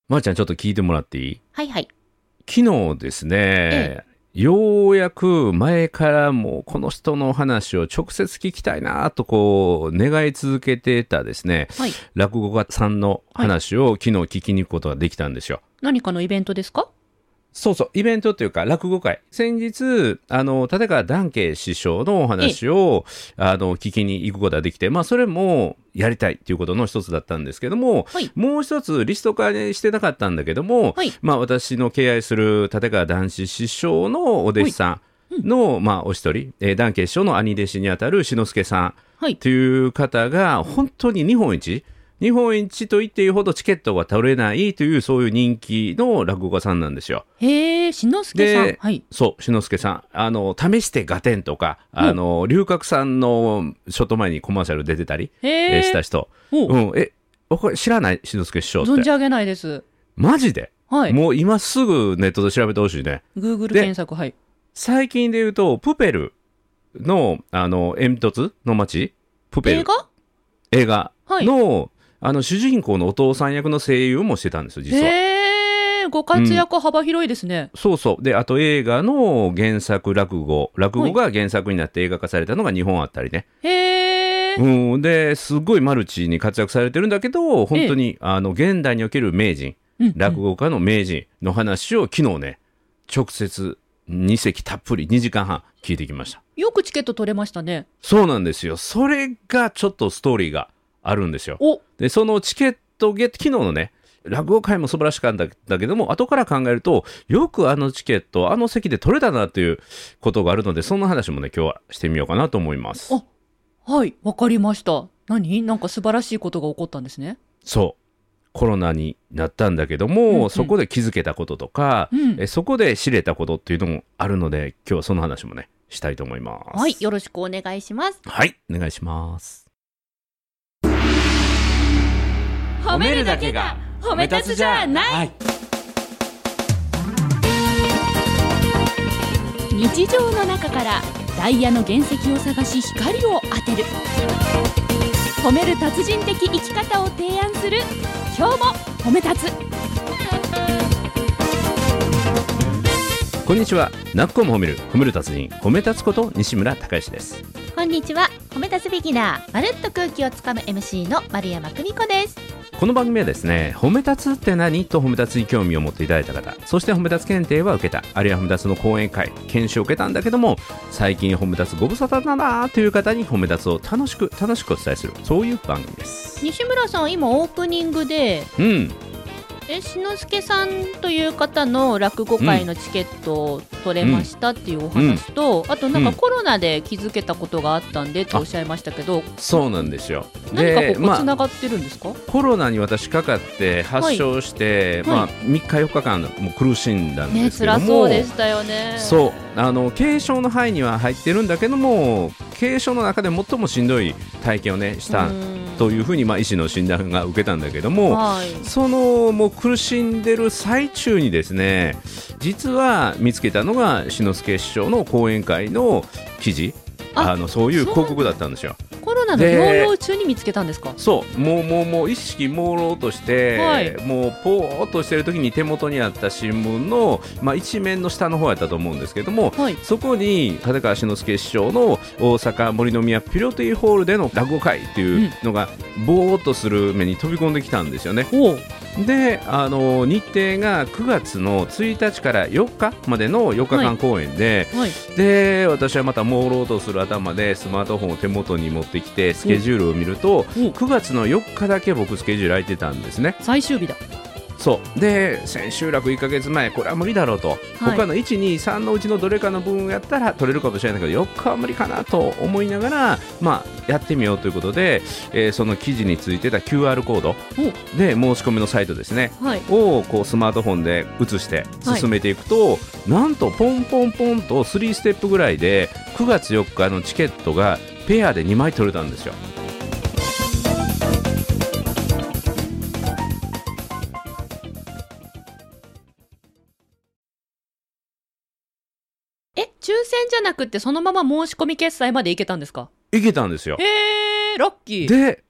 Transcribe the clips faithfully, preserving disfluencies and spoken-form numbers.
まー、ちゃんちょっと聞いてもらっていい？ はいはい。 昨日ですね、 えようやく前からもうこの人の話を直接聞きたいなとこう願い続けてたですね、 はい。 落語家さんの話を昨日聞きに行くことができたんですよ。 何かのイベントですか？ そうそう、イベントというか落語会。先日、あの、立川談慶師匠のお話を、あの、聞きに行くことができて、まあ、それもやりたいっていうことの一つだったんですけども、 はい。 もう一つリスト化にしてなかったんだけども、 はい。 まあ、私の敬愛する立川談志師匠のお弟子さんの、まあ、お一人、えー談慶師匠の兄弟子にあたる志の輔さんはい。 という方が、本当に日本一、日本一と言っていいほどチケットが取れないというそういう人気の落語家さんなんですよ。 へえ、志の輔さん。 で、 はい。 そう、志の輔さん、あの、試してガテンとか、あの、龍角散のちょっと前にコマーシャル出てたり、 へえーえ。 した人。 おうん、え、これ知らない志の輔師匠って。 存じ上げないです。 マジで、 はい。 もう今すぐネットで調べてほしいね。 Google で検索。はい。 最近で言うと、プペルの、あの、煙突の街プペル。 映画？ 映画はい。 の、あの、主人公のお父さん役の声優もしてたんですよ、実は。 へえ、ご活躍幅広いですね。 そうそう。で、あと映画の原作落語。落語が原作になって映画化されたのがにほんあったりね。 へえ。 うん。で、すごいマルチに活躍されてるんだけど、本当に、あの、現代における名人、 うんうん落語家の名人の話を昨日ね、直接に席たっぷりにじかんはん聞いてきました。 よくチケット取れましたね。 そうなんですよ。それがちょっとストーリーがあるんですよ。 お、 で、そのチケットゲット、昨日のね、落語会も素晴らしかったんだけども、後から考えると、よくあのチケット、あの席で取れたなということがあるので、そんな話もね、今日はしてみようかなと思います。 あ、はい、わかりました。何？なんか素晴らしいことが起こったんですね。 そう。コロナになったんだけども、 うんうんそこで気づけたこととか、 うんえそこで知れたことっていうのもあるので、今日はその話もね、したいと思います。 はい、よろしくお願いします。 はい、お願いします。 褒めるだけが褒め立つじゃない。 はい。 日常の中からダイヤの原石を探し光を当てる。褒める達人的生き方を提案する。今日も褒め立つ。 こんにちは。なっこも褒める褒める達人褒め立つこと西村孝之です。 こんにちは。褒め立つビギナー、まるっと空気をつかむ エムシー の丸山久美子です。 この番組はですね、褒め立つって何と褒め立つに興味を持っていただいた方、そして褒め立つ検定は受けた、あるいは褒め立つの講演会研修を受けたんだけども、最近褒め立つご無沙汰だなという方に褒め立つを楽しく楽しくお伝えする、そういう番組です。 西村さん、今オープニングでうんえ志の輔さんという方の落語会のチケットを取れましたっていうお話と、あとなんかコロナで気づけたことがあったんでっておっしゃいましたけど、 そうなんですよ。 何かここまあつながってるんですか？ コロナに私かかって発症して、 はいまあ、みっかよっかかんもう苦しんだんね、 ですけども、 辛そうでしたよね。 そうあの軽症の範囲には入ってるんだけども、軽症の中で最もしんどい体験をねしたというふうに、まあ、医師の診断が受けたんだけども、 はい、 そのもう苦しんでる最中にですね、実は見つけたのが志の輔師匠の講演会の記事、 ああのそういう広告だったんですよ。 コロナの療養中に見つけたんですか？ そうもうもうもう意識朦朧として、 はい、 もうぽーっとしてる時に手元にあった新聞の、まあ、一面の下の方やったと思うんですけども、 はい、 そこに立川志の輔師匠の大阪森の宮ピロティホールでの落語会っていうのが、ぼーっとする目に飛び込んできたんですよね。 おうで、あの日程がくがつのついたちからよっかまでのよっかかん公演で、 はい、 で私はまた朦朧とする頭でスマートフォンを手元に持ってきてスケジュールを見ると、くがつのよっかだけ僕スケジュール空いてたんですね。 最終日だ。 そうで、千秋楽いっかげつまえ、これは無理だろうと、はい、他のいち、に、さんのうちのどれかの分やったら取れるかもしれないけどよっかは無理かなと思いながら、まあ、やってみようということで、えー、その記事についてた キューアール コードで申し込みのサイトですね、はい、をこうスマートフォンで写して進めていくと、はい、なんとポンポンポンとさんステップぐらいでくがつよっかのチケットがペアでにまい取れたんですよ。 抽選じゃなくてそのまま申し込み決済までいけたんですか？ いけたんですよ。 へー、ラッキー。 で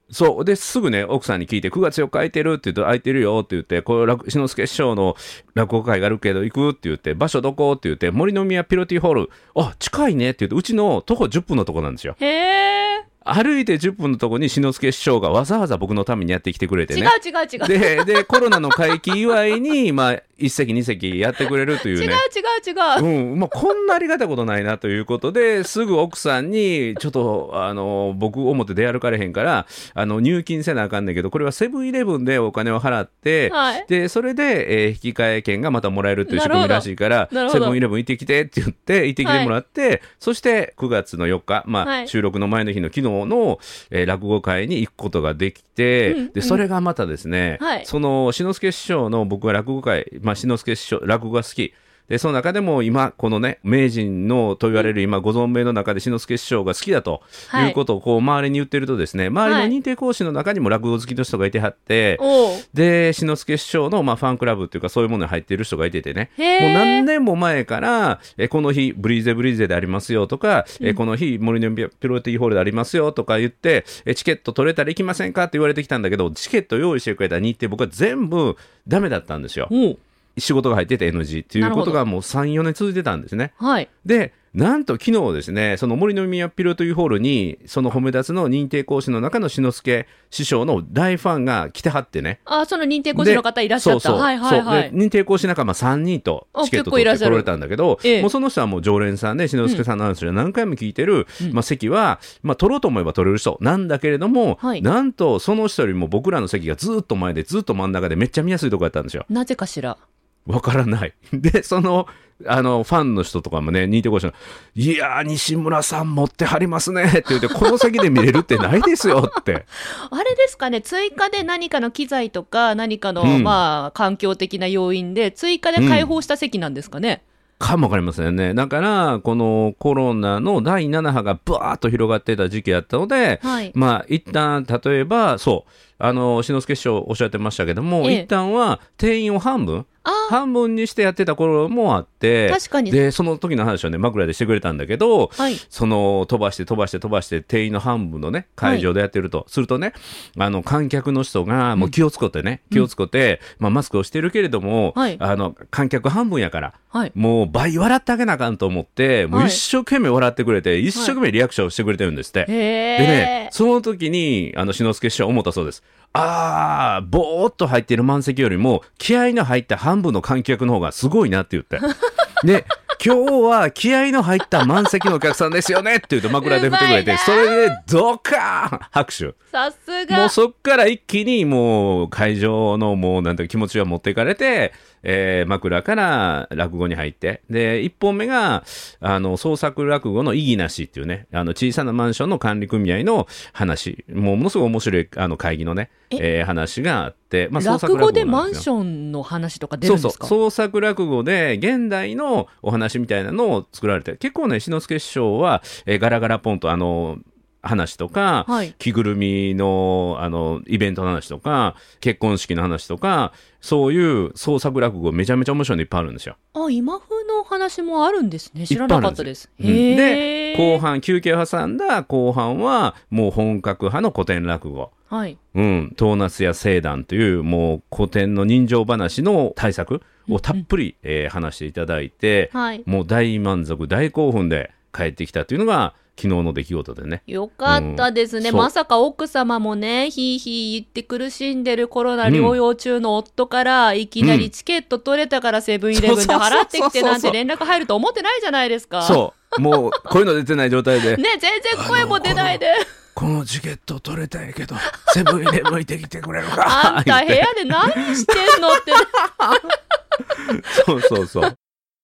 そうですぐね奥さんに聞いてくがつよっか空いてるって言うと空いてるよって言って、これ志の輔師匠の落語会があるけど行くって言って、場所どこって言って、森の宮ピロティホール、あ近いねって言って、うちの徒歩じゅっぷんのとこなんですよ。 へー、 歩いてじゅっぷんのとこに志の輔師匠がわざわざ僕のためにやってきてくれてね。 違う違う違う。 ででコロナの回帰祝いにまあ一席二席やってくれるというね。 違う違う違う。 うん、まあ、こんなありがたいことないなということですぐ奥さんにちょっとあの僕表出歩かれへんからあの入金せなあかんねんけど、これはセブンイレブンでお金を払って、はい、でそれで、えー、引き換え券がまたもらえるという仕組みらしいから、セブンイレブン行ってきてって言って行ってきてもらって、はい、そしてくがつのよっか、まあはい、収録の前の日の昨日の、えー、落語会に行くことができて、うん、でそれがまたですね、うん、その志の輔師匠の僕は落語会、まあ、志の輔師匠落語が好きで、その中でも今このね名人のと言われる今ご存命の中で志の輔師匠が好きだということをこう周りに言ってるとですね、周りの認定講師の中にも落語好きの人がいてはって、はい、で志の輔師匠のまあファンクラブっていうかそういうものに入っている人がいててね、もう何年も前からえこの日ブリーゼブリーゼでありますよとか、うん、えこの日森のピロティホールでありますよとか言ってえチケット取れたら行きませんかって言われてきたんだけど、チケット用意してくれた日程僕は全部ダメだったんですよ。仕事が入ってて エヌジー っていうことがもう さん,よ 年続いてたんですね。はい、でなんと昨日ですね、その森の宮ピロティホールにその褒め立つの認定講師の中の志の輔師匠の大ファンが来てはってね。 あ、その認定講師の方いらっしゃった。そうそう、はいはいはい、 そうで認定講師仲間さんにんとチケット取って来られたんだけど、ええ、もうその人はもう常連さんで志の輔さんの話を何回も聞いてる、うんまあ、席は、まあ、取ろうと思えば取れる人なんだけれども、はい、なんとその人よりも僕らの席がずっと前でずっと真ん中でめっちゃ見やすいところだったんですよ。 なぜかしらわからない。でそのあのファンの人とかもね認定講師のいやー西村さん持ってはりますねって言ってこの席で見れるってないですよってあれですかね、追加で何かの機材とか何かの、うんまあ、環境的な要因で追加で開放した席なんですかね、 うん、かもわかりませんね。だからこのコロナのだいなな波がブワーッと広がってた時期だったので、はい、まあ一旦例えばそうあの志の輔師匠おっしゃってましたけども、ええ、一旦は定員を半分半分にしてやってた頃もあって、確かにでその時の話をね枕でしてくれたんだけど、はい、その飛ばして飛ばして飛ばして定員の半分のね会場でやってると、はい、するとねあの観客の人がもう気をつこってね、うん、気をつこって、まあ、マスクをしてるけれども、はい、あの観客半分やから、はい、もう倍笑ってあげなあかんと思ってもう一生懸命笑ってくれて、はい、一生懸命リアクションしてくれてるんですって、はい、でねその時にあの志の輔師匠思ったそうです。あーボーっと入っている満席よりも気合の入った半分の観客の方がすごいなって言ってで今日は気合の入った満席のお客さんですよねって言うと枕で振ってくれて、それでドカーン拍手。 さすが。 もうそっから一気にもう会場のもうなんていう気持ちが持っていかれて、えー、枕から落語に入って、でいっぽんめがあの創作落語の意義なしっていうね、あの小さなマンションの管理組合の話、もうものすごい面白いあの会議のね、えー、話があって、まあ、創作落語でマンションの話とか出るんですか？ そうそう、創作落語で現代のお話みたいなのを作られて、結構ね志の輔師匠は、えー、ガラガラポンとあの話とか、はい、着ぐるみ の, あのイベントの話とか結婚式の話とかそういう創作落語めちゃめちゃ面白いのいっぱいあるんですよ。 あ、今風のお話もあるんですね。知らなかったです。 へー。で後半休憩を挟んだ後半はもう本格派の古典落語、はいうん、トーナスや聖壇というもう古典の人情話の大作をたっぷり、うんえー、話していただいて、はい、もう大満足大興奮で帰ってきたというのが昨日の出来事でね。 よかったですね、うん、まさか奥様もねひいひい言って苦しんでるコロナ療養中の夫からいきなりチケット取れたからセブンイレブンで払ってきてなんて連絡入ると思ってないじゃないですか。 そうもうこういうの出てない状態でね全然声も出ないでこのチケット取れたんやけどセブンイレブン行ってきてくれるかあんた部屋で何してんのってそうそうそう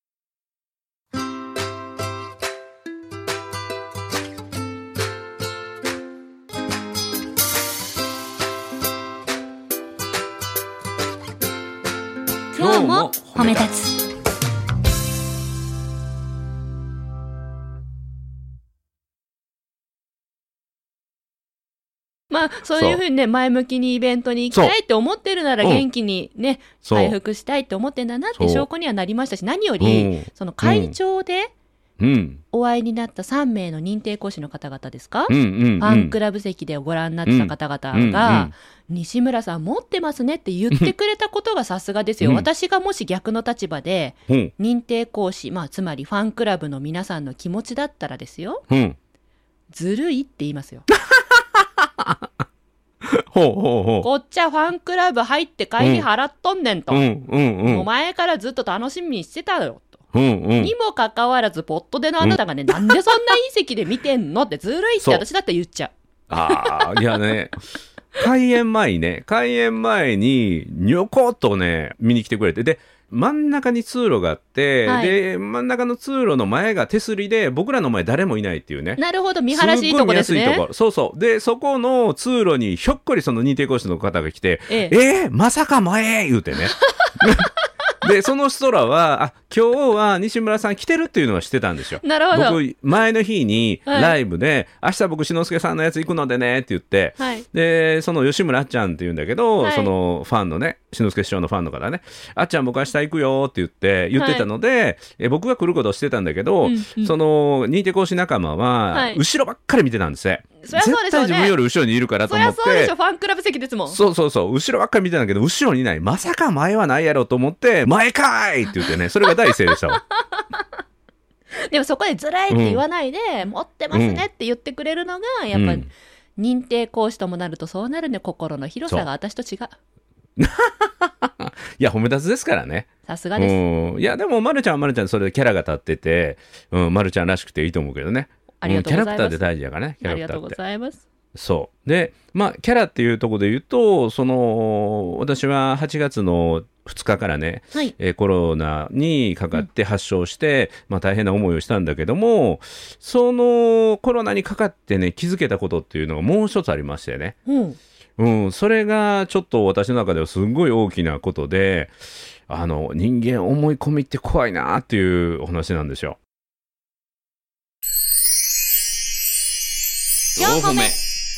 今日も褒め立つ。 まあそういうふうにね前向きにイベントに行きたいって思ってるなら元気にね、うん、回復したいって思ってんだなって証拠にはなりましたし、何より、うん、その会場でうん、 お会いになったさんめいの認定講師の方々ですか、 うんうんうん、 ファンクラブ席でご覧になってた方々が、うんうんうん、西村さん持ってますねって言ってくれたことがさすがですよ、うん、私がもし逆の立場で、うん、認定講師、まあ、つまりファンクラブの皆さんの気持ちだったらですよ、うん、ずるいって言いますよほうほうほう、 こっちはファンクラブ入って帰り払っとんねんと、 うんうんうん、 お前からずっと楽しみにしてたよと、 うんうん、 にもかかわらずポットでのあなたがね、うん、なんでそんないい席で見てんのってずるいって私だって言っちゃう。 ああ、いやね開演前にね開演前ににょこっとね見に来てくれて、で真ん中に通路があって、はい、で真ん中の通路の前が手すりで僕らの前誰もいないっていうね。 なるほど、見晴らしいいとこですね。すごい見やすいところ、 そうそう。でそこの通路にひょっこりその認定講師の方が来て、えええー、まさか前言うてねでその人らはあ今日は西村さん来てるっていうのは知ってたんですよ。 なるほど。 僕前の日にライブで、はい、明日僕志の輔さんのやつ行くのでねって言って、はい、でその吉村あっちゃんっていうんだけど、はい、そのファンのね志の輔師匠のファンの方ね、あっちゃん僕明日行くよって言って言ってたので、はい、え僕が来ることをしてたんだけど、うんうん、その認定講師仲間は、はい、後ろばっかり見てたんですね。 そりゃそうでしょうね、 絶対自分より後ろにいるからと思って。 そりゃそうでしょ、ファンクラブ席ですもん。 そうそうそう、後ろばっかり見てたんだけど後ろにいない、まさか前はないやろと思って前かいって言ってね、それが第一声でしたわでもそこでずらいって言わないで、うん、持ってますねって言ってくれるのがやっぱり、うん、認定講師ともなるとそうなるね。心の広さが私と違ういや褒め立つですからね。 さすがです。 うん、いやでもまるちゃんはまるちゃんそれでキャラが立ってて、うん、まるちゃんらしくていいと思うけどね。 ありがとうございます。 キャラクターで大事だからね。キャラクターって。 ありがとうございます。 そうで、まあキャラっていうところで言うと、その私ははちがつのふつかからね、はい、えー、コロナにかかって発症して、うん、まあ、大変な思いをしたんだけども、そのコロナにかかってね気づけたことっていうのがもう一つありましてね、うんうん、それがちょっと私の中ではすごい大きなことで、あの人間思い込みって怖いなっていうお話なんですよ。 よんほめ。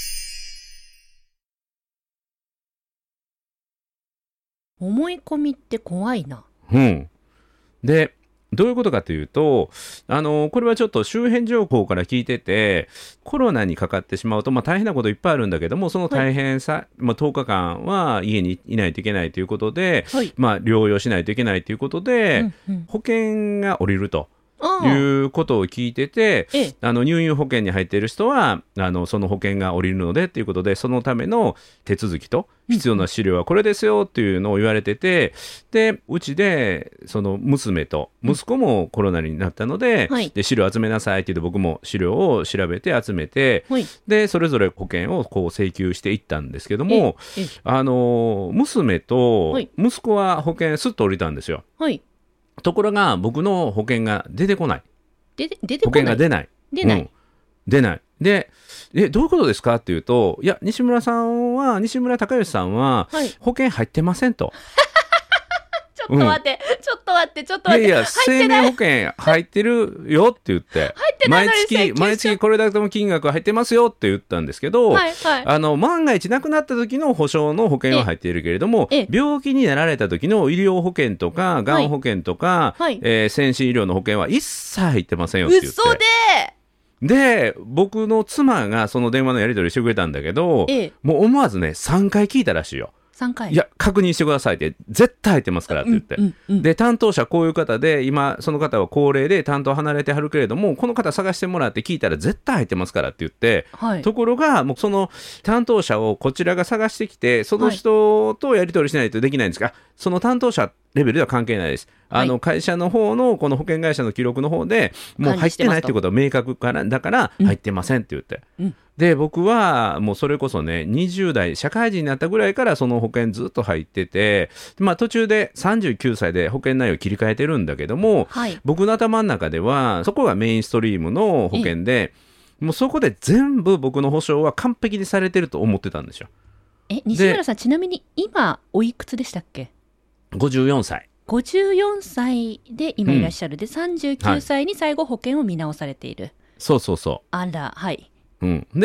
思い込みって怖いな。 うん。でどういうことかというと、あのこれはちょっと周辺情報から聞いてて、コロナにかかってしまうと、まあ、大変なこといっぱいあるんだけども、その大変さ、はい、まあ、とおかかんは家にいないといけないということで、はい、まあ、療養しないといけないということで、うんうん、保険が下りるということを聞いてて、ええ、あの入院保険に入っている人はあのその保険が下りるのでということで、そのための手続きと必要な資料はこれですよっていうのを言われてて、でうちでその娘と息子もコロナになったので、うん、で資料集めなさいって言って僕も資料を調べて集めて、はい、でそれぞれ保険をこう請求していったんですけども、あの娘と息子は保険すっと下りたんですよ。はい、ところが僕の保険が出てこない。 出て、出てこない。 保険が出ない。 出ない。 うん、出ない。で、え、どういうことですかっていうと、いや、西村さんは、西村孝之さんは、保険入ってませんと。 ちょっと待って、うん、ちょっと待って、ちょっと待って。 いやいや、生命保険入ってるよって言って、 入ってないのに毎月、毎月これだけの金額入ってますよって言ったんですけど、 はいはい、 あの、万が一亡くなった時の保証の保険は入っているけれども、病気になられた時の医療保険とか、がん保険とか、はいはい、えー、先進医療の保険は一切入ってませんよって言って。 嘘でで、僕の妻がその電話のやり取りしてくれたんだけど、ええ、もう思わずね、さんかい聞いたらしいよ。 さんかい。 いや確認してくださいって絶対入ってますからって言って、うんうんうん、で担当者こういう方で今その方は高齢で担当離れてはるけれどもこの方探してもらって聞いたら絶対入ってますからって言って、はい、ところがもうその担当者をこちらが探してきてその人とやり取りしないとできないんですが、はい、その担当者レベルでは関係ないです。あの会社の方のこの保険会社の記録の方でもう入ってないってことは明確からだから入ってませんって言って、うんうん、で僕はもうそれこそねにじゅう代社会人になったぐらいからその保険ずっと入ってて、まあ、途中でさんじゅうきゅうさいで保険内容を切り替えてるんだけども、はい、僕の頭の中ではそこがメインストリームの保険でもうそこで全部僕の保証は完璧にされてると思ってたんですよ。 え西村さんちなみに今おいくつでしたっけ？ ごじゅうよんさい。 ごじゅうよんさいで今いらっしゃる、うん、でさんじゅうきゅうさいに最後保険を見直されている、はい、 そうそうそうあらはい、 うん、で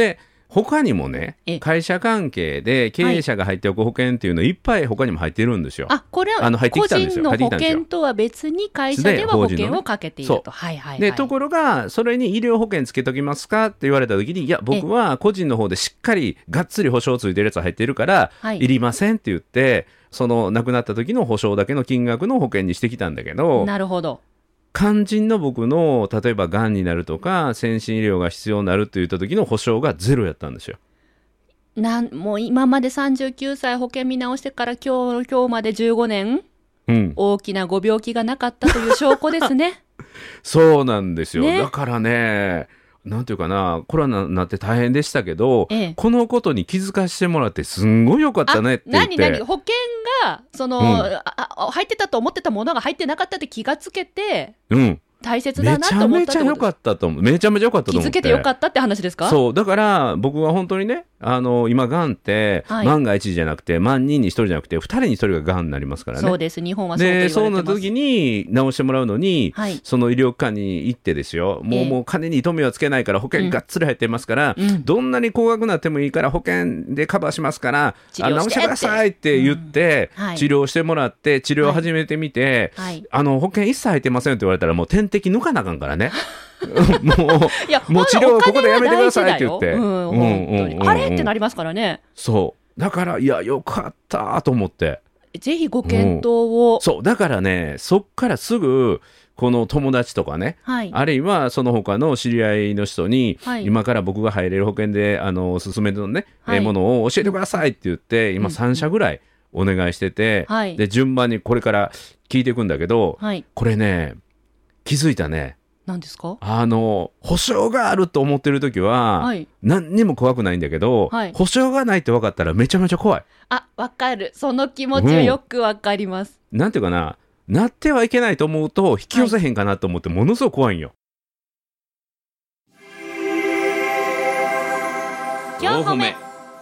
他にもねえ会社関係で経営者が入っておく保険っていうのいっぱい他にも入ってるんですよ。 あ、これはあの入って個きたんです人の保よ入ってきたんですよ険とは別に会社では保で法人のね険をかけているそうと。はいはいはい。 でところがそれに医療保険つけときますかって言われた時に、いや僕は個人の方でしっかりがっつり保証ついてるやつ入ってるから、 はいいりませんって言ってその亡くなった時の保証だけの金額の保険にしてきたんだけど、 なるほど。 肝心の僕の例えばがんになるとか先進医療が必要になるって言った時の保証がゼロやったんですよ。 なんもう今までさんじゅうきゅうさい保険見直してから今日今日までじゅうごねん、 うん、 大きなご病気がなかったという証拠ですね。 そうなんですよ、 ねだからねなんていうかなコロナになって大変でしたけど、 ええこのことに気づかせてもらってすんごいよかったねって言って。 何何保険がその、 うんああ入ってたと思ってたものが入ってなかったって気がつけてうん大切だめちゃなと思っめちゃ良たってことかったと思う。めちゃめちゃ良かったと思って。 気づけてよかったって話ですか？ そうだから僕は本当にねあの今がんって、 はい万が一じゃなくて万人に一人じゃなくて二人に一人ががんになりますからね。 そうです。日本はそうと言われでてます。 そうな時に治してもらうのに、 はいその医療機関に行ってですよもう,、 ええもう金に糸目はつけないから保険がっつり入ってますから、 うんどんなに高額なってもいいから保険でカバーしますから治療してあ治してくださいって言って、 うんはい治療してもらって治療を始めてみて、 はいあの保険一切入ってませんって言われたらもう点滴抜かなあかんからねもいやうもう治療をここでやめてくださいって言って、 うん、 うん本当に、 うんうんあれってなりますからね。 そうだからいやよかったと思ってぜひご検討を。 そうだからねそっからすぐこの友達とかね、 はいあるいはその他の知り合いの人に、 はい今から僕が入れる保険であのおすすめのね、 はいえーものを教えてくださいって言って今さん社ぐらいお願いしてて、 はいで順番にこれから聞いていくんだけど、 はい。 これね気づいたね何ですか？ あの保証があると思ってる時は、 はい何にも怖くないんだけど、 はい保証がないって分かったらめちゃめちゃ怖い。 あ、わかる。その気持ちはよくわかります。 なんていうかななってはいけないと思うと引き寄せへんかなと思ってものすごく怖いんよ。 よんほめ。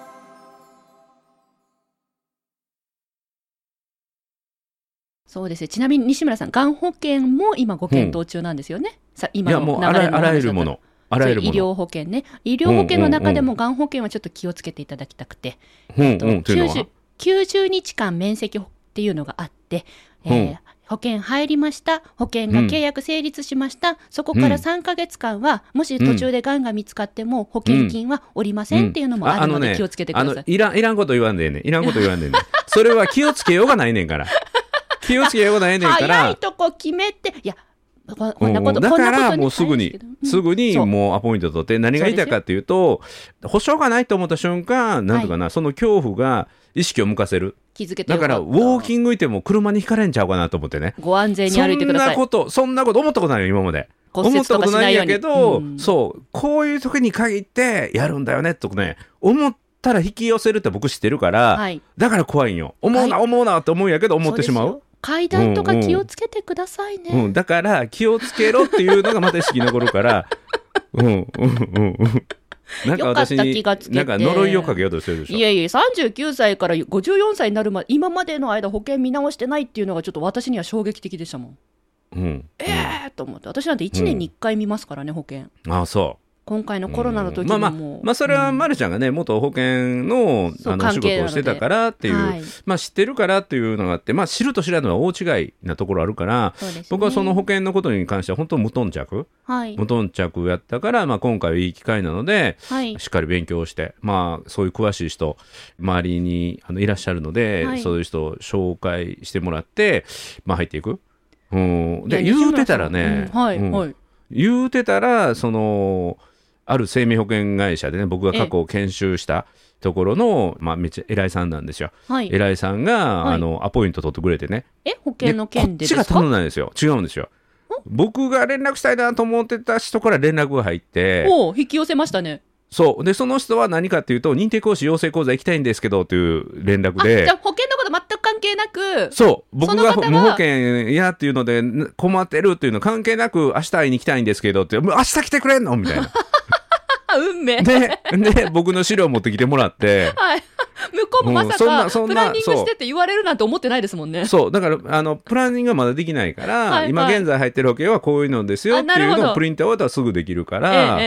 そうですね。ちなみに西村さん、がん保険も今ご検討中なんですよね。さ今いやもうあらの流れのあらゆる話だったらものあらゆるものそう医療保険ね。医療保険の中でもがん保険はちょっと気をつけていただきたくて、 うんえっとうんというのはきゅうじゅう、きゅうじゅうにちかん免責っていうのがあって、えーうん保険入りました、保険が契約成立しました、そこからさんかげつかんはもし途中でがんが見つかっても保険金はおりませんっていうのもあるので気をつけてください。 あのね、あのいらんいらんこと言わんでええねんいらんこと言わんでええねんそれは気をつけようがないねんから気をつけようがないねんから早いとこ決めて、いやここんなこと、 うんだこんなことからもうすぐにあれですけどうんすぐにそうもうアポイント取って何が言いたいかっていうと保証がないと思った瞬間なんとかな、その恐怖が意識を向かせる。 気づけてよかった。 だからウォーキングいても車にひかれんちゃうかなと思ってね。 ご安全に歩いてください。 そんなことそんなこと思ったことないよ今まで。 骨折とかしないように思ったことないんやけど、 うんそうこういう時に限ってやるんだよねとかね思ったら引き寄せるって僕知ってるから、 はいだから怖いんよ。思うな、 はい思うなって思うんやけど思ってしまう。 そうですよ階段とか気をつけてくださいね。 うん、だから気をつけろっていうのがまた意識に残るからうんうんうんうんなんか私よかったに気がつけてなんか呪いをかけようとしてるでしょ。 いやいや、さんじゅうきゅうさいからごじゅうよんさいになるまで今までの間保険見直してないっていうのがちょっと私には衝撃的でしたもん。 うんえーと思って、私なんていちねんにいっかい見ますからね、保険。 ああそう今回のコロナの時まあまあももう、 まあそれはまるちゃんがね元保険のそうあの仕関係なので事をしてたからっていう、 はいまあ知ってるからっていうのがあってまあ知ると知らぬは大違いなところあるから、 そうですね僕はその保険のことに関しては本当無頓着はい無頓着やったから、まあ、今回はいい機会なので、 はいしっかり勉強してまあそういう詳しい人周りにあのいらっしゃるので、 はいそういう人を紹介してもらって、まあ、入っていく、うん、でいや言うてたらね、 西村さんうんはいうんはい言うてたらそのある生命保険会社でね僕が過去研修したところの、まあ、めっちゃ偉いさんなんですよ。 はい偉いさんが、 はいあのアポイント取ってくれてねえ保険の件でですこっちが頼か？ んだんですよ。違うんですよ。僕が連絡したいなと思ってた人から連絡が入っておう引き寄せましたね。 そうでその人は何かっていうと認定講師養成講座行きたいんですけどという連絡あでじゃあ保険のこと全く関係なくそう僕がその方は無保険やっていうので困ってるっていうの関係なく明日会いに行きたいんですけどってもう明日来てくれんのみたいなあ運命でで僕の資料持ってきてもらってはい向こうもまうんさそんなそんなかプランニングしてって言われるなんて思ってないですもんね。 そうだからあのプランニングはまだできないから、 はいはい今現在入ってる保険はこういうのですよっていうあなるほどのをプリントアウトはすぐできるから、 ええええ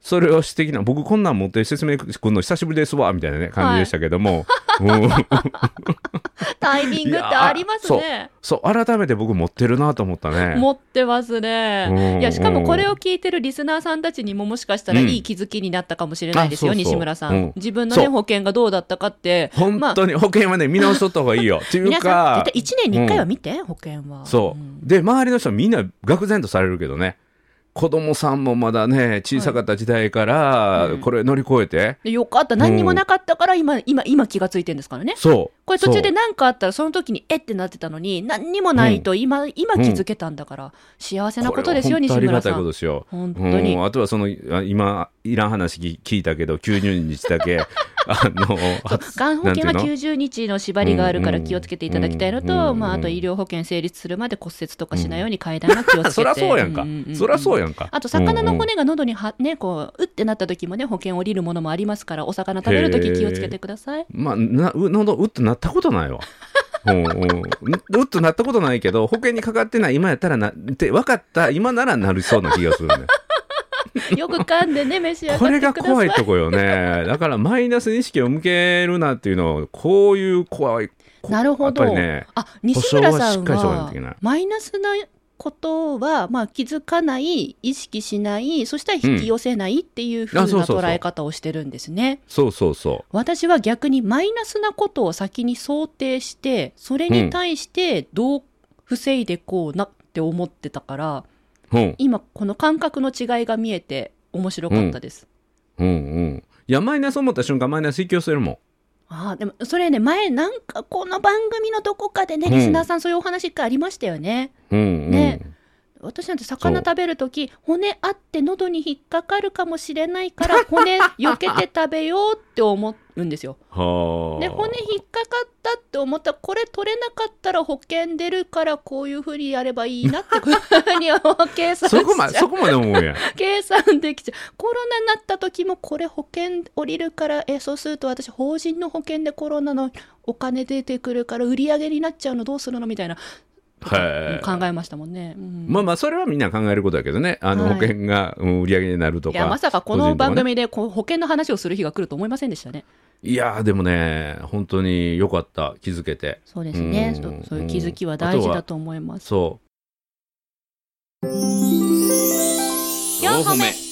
それを指摘な僕こんなん持って説明くんの久しぶりですわみたいな、ね、感じでしたけども、はい、うん、 タイミングってありますね。 そう、そう改めて僕持ってるなと思ったね。 持ってますね。いやしかもこれを聞いてるリスナーさんたちにももしかしたらいい気づきになったかもしれないですよ、うん、西村さん、うん、自分の、ね、保険がどうだったかって本当に保険はね見直しとった方がいいよっていうか皆さん絶対いちねんにいっかいは見て、うん、保険はそう、うん、で周りの人みんな愕然とされるけどね、子供さんもまだね小さかった時代からこれ乗り越えて、はいうん、よかった何にもなかったから今、うん、今, 今気がついてるんですからね。 そうこれ途中で何かあったらその時にえってなってたのに何にもないと 今,、うん、今気づけたんだから、うん、幸せなことですよ。西村さんありがたいことですよ本当に、 うん、あとはその今いらん話聞いたけどきゅうじゅうにちだけあのがん保険はきゅうじゅうにちの縛りがあるから気をつけていただきたいのと、うんうんまあ、あと医療保険成立するまで骨折とかしないように階段は気をつけて、うん、 そりゃそうやんか、うんうんうん、そりゃそうやんか。 あと魚の骨が喉には、ね、こううってなった時もね保険降りるものもありますからお魚食べる時気をつけてください。 まあなう喉うってなったことないわうんうん、うっとなったことないけど保険にかかってない今やったらなって分かった今ならなりそうな気がするねよく噛んでね召し上がってください。 これが怖いとこよね。だからマイナスに意識を向けるなっていうのをこういう怖いなるほど、 ね、 あ西村さんはマイナスなことは、まあ、気づかない意識しないそしたら引き寄せないっていう風な捉え方をしてるんですね。 そうそうそう。 私は逆にマイナスなことを先に想定してそれに対してどう防いでこうなって思ってたから、うん、今この感覚の違いが見えて面白かったです、 うんうんうん、いやマイナス思った瞬間マイナス引き寄せるもん。 あでもそれね前なんかこの番組のどこかでね、うん、リスナーさんそういうお話一回ありましたよね、うんうん、ね私なんて魚食べるとき骨あって喉に引っかかるかもしれないから骨避けて食べようって思うんですよはで骨引っかかったって思ったらこれ取れなかったら保険出るからこういうふうにやればいいなってふうに計算しちゃうそこまでそこまで思うやん計算できちゃう。コロナになった時もこれ保険降りるからえそうすると私法人の保険でコロナのお金出てくるから売り上げになっちゃうのどうするのみたいな考えましたもんね、うん、 まあまあそれはみんな考えることだけどねあの保険が売り上げになるとか、 はい、いやまさかこの番組で保険の話をする日が来ると思いませんでしたね。 いやでもね本当に良かった気づけて。 そうですね、うん、そ, そういう気づきは大事だと思います。 そうよんほめ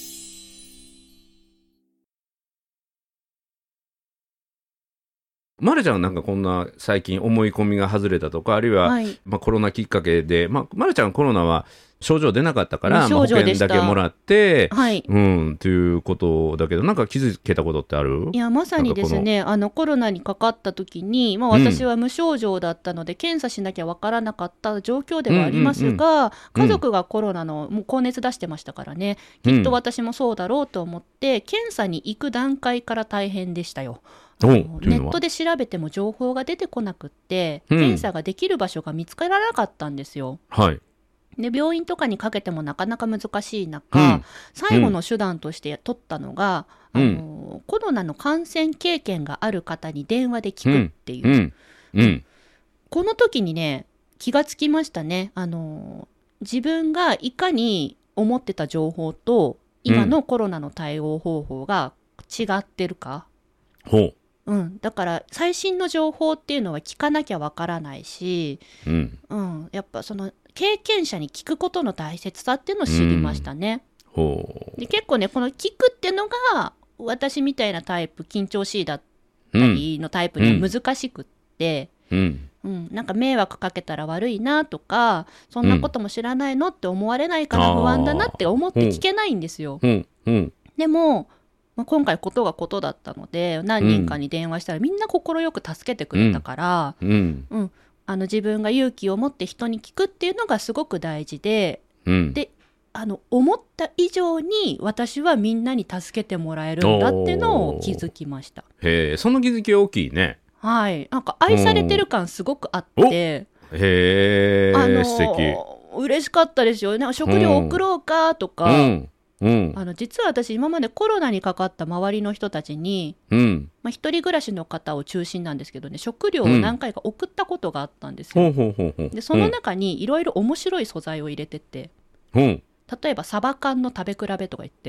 まるちゃんはなんかこんな最近思い込みが外れたとかあるいは、はいまあ、コロナきっかけで、まあ、まるちゃんコロナは症状出なかったから、まあ、保険だけもらって、はいうん、ということだけどなんか気づけたことってある？ いやまさにですねあのコロナにかかった時に、まあ、私は無症状だったので、うん、検査しなきゃわからなかった状況ではありますが、うんうんうん、家族がコロナのもう高熱出してましたからね、うん、きっと私もそうだろうと思って検査に行く段階から大変でしたよ。ネットで調べても情報が出てこなくって、うん、検査ができる場所が見つからなかったんですよ、はい、で病院とかにかけてもなかなか難しい中、うん、最後の手段として取ったのが、うん、あのコロナの感染経験がある方に電話で聞くっていう、うんうんうん、この時にね気がつきましたね。あの自分がいかに思ってた情報と今のコロナの対応方法が違ってるか、ほううん、だから最新の情報っていうのは聞かなきゃわからないし、うんうん、やっぱその経験者に聞くことの大切さっていうのを知りましたね、うん、ほうで結構ねこの聞くっていうのが私みたいなタイプ緊張しいだったりのタイプには難しくって、うんうん、なんか迷惑かけたら悪いなとかそんなことも知らないのって思われないから不安だなって思って聞けないんですよ、うんうん、でもまあ、今回ことがことだったので何人かに電話したらみんな快く助けてくれたから、うんうん、あの自分が勇気を持って人に聞くっていうのがすごく大事で、うん、であの思った以上に私はみんなに助けてもらえるんだっていうのを気づきました。 へーその気づき大きいね。 はいなんか愛されてる感すごくあってへーあの素敵嬉しかったですよね。食料送ろうかとか、うんうん、あの実は私今までコロナにかかった周りの人たちに、うんまあ、一人暮らしの方を中心なんですけどね食料を何回か送ったことがあったんですよ、うん、でその中にいろいろ面白い素材を入れてて、うん、例えばサバ缶の食べ比べとか言って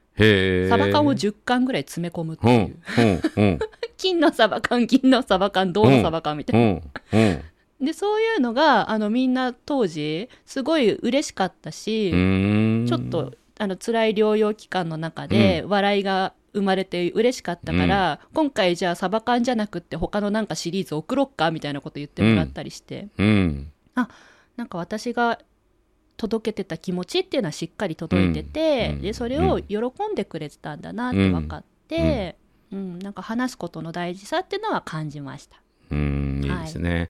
へー。 サバ缶をじゅっかんぐらい詰め込むってういう、 んうんうん金のサバ缶銀のサバ缶銅のサバ缶みたいな、 うんうんでそういうのがあのみんな当時すごい嬉しかったし、 うーんちょっとあの辛い療養期間の中で笑いが生まれて嬉しかったから、うん、今回じゃあサバ缶じゃなくって他のなんかシリーズ送ろっかみたいなこと言ってもらったりして、 うんうん、 あ、なんか私が届けてた気持ちっていうのはしっかり届いてて、うん、でそれを喜んでくれてたんだなって分かって、うんうん、なんか話すことの大事さっていうのは感じました。 うん、いいですね、はい。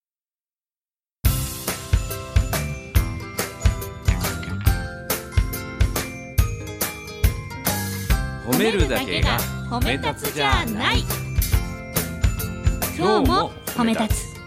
褒めるだけが褒め立つじゃない。 今日も褒め立つ。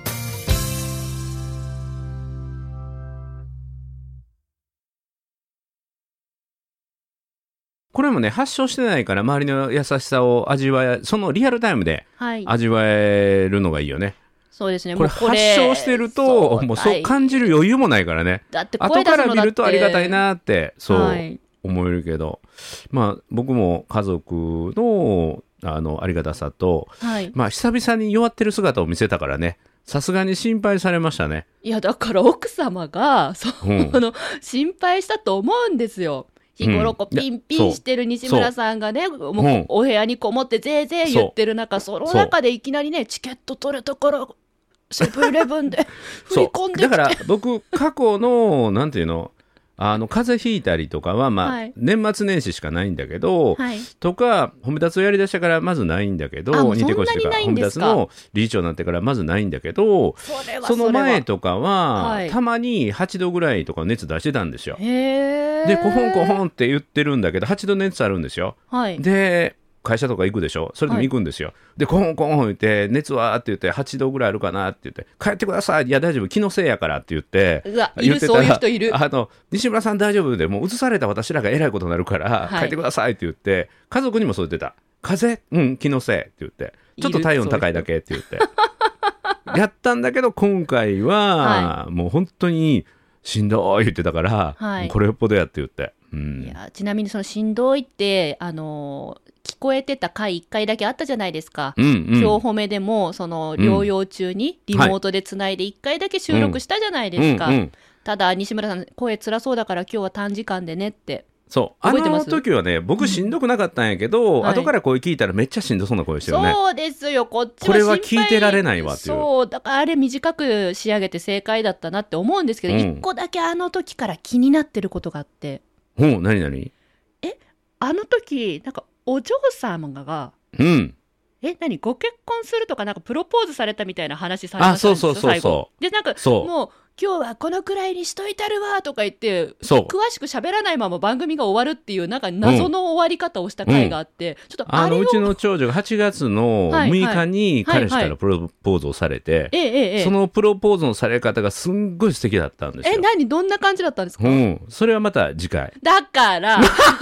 これもね、発症してないから周りの優しさを味わえ、そのリアルタイムで味わえるのがいいよね、はい。 そうですね。 これ発症してるともうそう感じる余裕もないからね。 だって後から見るとありがたいなってそう、はい思えるけど、まあ、僕も家族 の, あのありがたさと、はいまあ、久々に弱ってる姿を見せたからね、さすがに心配されましたね。 いやだから奥様がそ、うん、の心配したと思うんですよ。日頃こうピンピンしてる西村さんがね、もうお部屋にこもってぜーぜー言ってる中、その中でいきなりねチケット取れたからセブンイレブンで振り込んできてだから僕過去のなんていうのあの風邪ひいたりとかは、まあはい、年末年始しかないんだけど、はい、とか褒め立つをやりだしたからまずないんだけど、 似てこしてから褒め立つの理事長になってからまずないんだけど、 そ, その前とかは、はい、たまにはちどぐらいとか熱出してたんですよ。 へー。 でコホンコホンって言ってるんだけどはちど熱あるんですよ、はい、で会社とか行くでしょ、それでも行くんですよ、はい、でコホンコホン言って熱はって言ってはちどぐらいあるかなって言って帰ってください、いや大丈夫気のせいやからって言ってうわいるそういう人いる。 あの西村さん大丈夫でもう移された私らがえらいことになるから、はい、帰ってくださいって言って家族にもそう言ってた。風邪うん気のせいって言ってちょっと体温高いだけって言ってやったんだけど今回は、はい、もう本当にしんどい言ってたから、はい、これよっぽどやって言って、うん、 いやちなみにそのしんどいってあのー聞こえてた回いっかいだけあったじゃないですか、うんうん、今日褒めでもその療養中にリモートでつないでいっかいだけ収録したじゃないですか、うんうんうん、ただ西村さん声辛そうだから今日は短時間でねって。 そう覚えてます？あの時はね僕しんどくなかったんやけど、うん、後から声聞いたらめっちゃしんどそうな声してるね。 そうですよ、こっちはこれは聞いてられないわっていう。 そうだからあれ短く仕上げて正解だったなって思うんですけど、うん、いっこだけあの時から気になってることがあって。 ほう何何？ えあの時なんかお嬢様が、 うん、 え何ご結婚するとかなんかプロポーズされたみたいな話されましたんですよ。 あそうそうそうそうでなんかもう今日はこのくらいにしといたるわとか言って詳しく喋らないまま番組が終わるっていうなんか謎の終わり方をした回があって、うん、ちょっとあれをあのうちの長女がはちがつのむいかに彼氏からプロポーズをされて、そのプロポーズのされ方がすんごい素敵だったんですよ。 え何どんな感じだったんですか？ うん、それはまた次回だから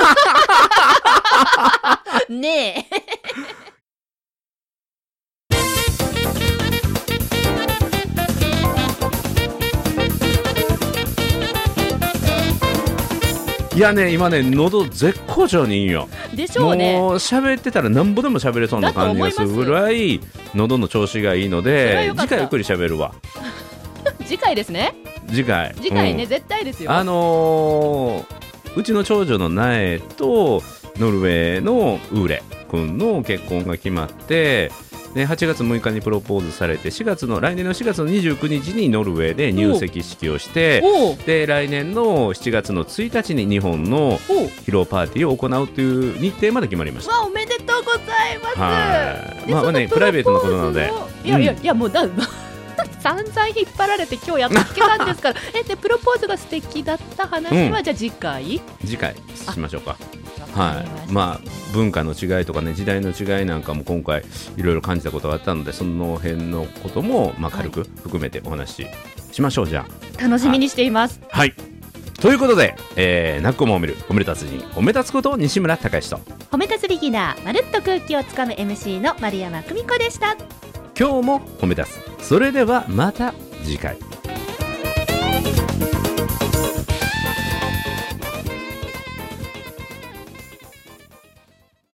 ねえいやね今ね喉絶好調にいいよ。 でしょうね。 もう喋ってたらなんぼでも喋れそうな感じがするぐらい喉の調子がいいので次回ゆっくり喋るわ次回ですね。 次回次回ね、うん、絶対ですよ。 あのー、うちの長女の苗とノルウェーのウーレ君の結婚が決まってではちがつむいかにプロポーズされてしがつの来年のしがつのにじゅうくにちにノルウェーで入籍式をしてで来年のしちがつのついたちに日本の披露パーティーを行うという日程まで決まりました。 わおめでとうございます。 はいまあねプライベートのことなのでいやいやいやもうだ散々引っ張られて今日やっと聞けたんですからえでプロポーズが素敵だった話は、うん、じゃあ次回次回しましょうか。はい、まあ文化の違いとかね時代の違いなんかも今回いろいろ感じたことがあったのでその辺のこともまあ軽く含めてお話ししましょう。じゃあ楽しみにしています。 はい、はい、ということで、えー、なっこも褒める褒め立つ人褒め立つこと西村孝之と褒め立つビギナーまるっと空気をつかむ エムシー の丸山久美子でした。 今日も褒め立つ。それではまた次回。